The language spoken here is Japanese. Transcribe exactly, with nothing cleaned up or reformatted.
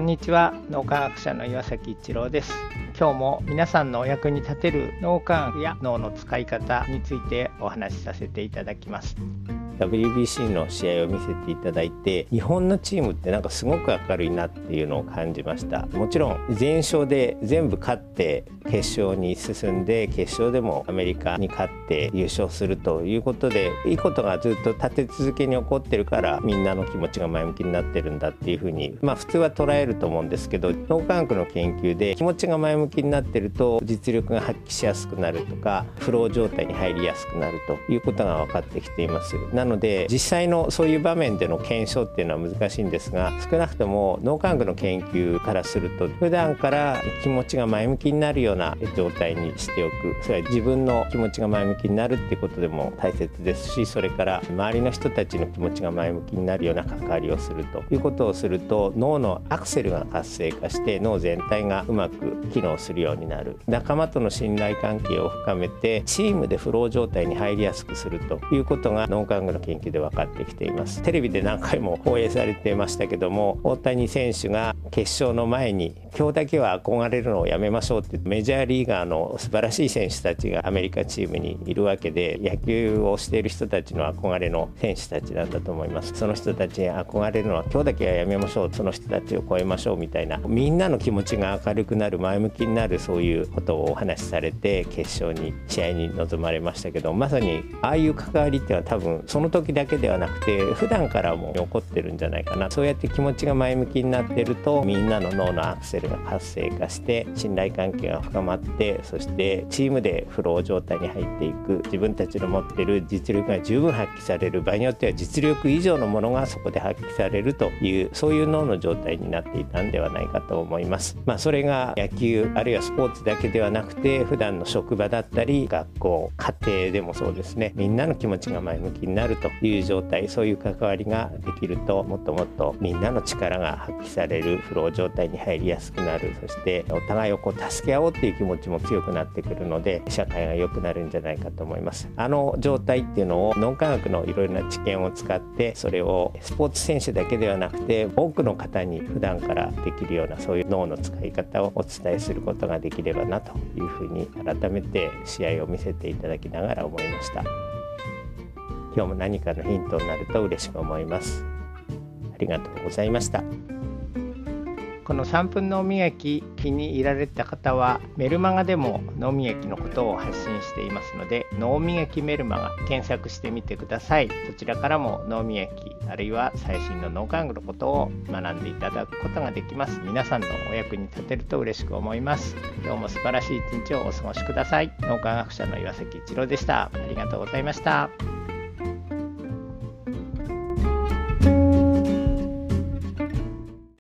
こんにちは。脳科学者の岩崎一郎です。今日も皆さんのお役に立てる脳科学や脳の使い方についてお話しさせていただきます。 ダブリュービーシー の試合を見せていただいて、日本のチームってなんかすごく明るいなっていうのを感じました。もちろん全勝で全部勝って決勝に進んで、決勝でもアメリカに勝って優勝するということで、いいことがずっと立て続けに起こってるから、みんなの気持ちが前向きになってるんだっていうふうに、まあ普通は捉えると思うんですけど、脳科学の研究で気持ちが前向きになってると実力が発揮しやすくなるとか、フロー状態に入りやすくなるということが分かってきています。なので実際のそういう場面での検証っていうのは難しいんですが、少なくとも脳科学の研究からすると、普段から気持ちが前向きになるような状態にしておく、それは自分の気持ちが前向きになるっていうことでも大切ですし、それから周りの人たちの気持ちが前向きになるような関わりをするということをすると、脳のアクセルが活性化して脳全体がうまく機能するようになる。仲間との信頼関係を深めてチームでフロー状態に入りやすくするということが脳科学の研究で分かってきています。テレビで何回も放映されてましたけども、大谷選手が決勝の前に今日だけは憧れるのをやめましょうって、メジャーリーガーの素晴らしい選手たちがアメリカチームにいるわけで、野球をしている人たちの憧れの選手たちなんだと思います。その人たちに憧れるのは今日だけはやめましょう、その人たちを超えましょうみたいな、みんなの気持ちが明るくなる、前向きになる、そういうことをお話しされて決勝に試合に臨まれましたけど、まさにああいう関わりっていうのは多分その時だけではなくて普段からも起こってるんじゃないかな。そうやって気持ちが前向きになってると、みんなの脳のアクセルが活性化して信頼関係が深まって、そしてチームでフロー状態に入っていく、自分たちの持っている実力が十分発揮される、場合によっては実力以上のものがそこで発揮されるという、そういう脳の状態になっていたんではないかと思います。まあ、それが野球あるいはスポーツだけではなくて、普段の職場だったり学校家庭でもそうですね、みんなの気持ちが前向きになるという状態、そういう関わりができると、もっともっとみんなの力が発揮されるフロー状態に入りやすくなる。そしてお互いをこう助け合おうっていう気持ちも強くなってくるので、社会が良くなるんじゃないかと思います。あの状態っていうのを脳科学のいろいろな知見を使って、それをスポーツ選手だけではなくて多くの方に普段からできるような、そういう脳の使い方をお伝えすることができればなというふうに改めて試合を見せていただきながら思いました。今日も何かのヒントになると嬉しく思います。ありがとうございました。 このさんぷん脳磨き気に入られた方は、メルマガでも脳磨きのことを発信していますので、脳磨きメルマガ検索してみてください。そちらからも脳磨き、あるいは最新の脳科学のことを学んでいただくことができます。皆さんのお役に立てると嬉しく思います。今日も素晴らしい一日をお過ごしください。脳科学者の岩崎一郎でした。ありがとうございました。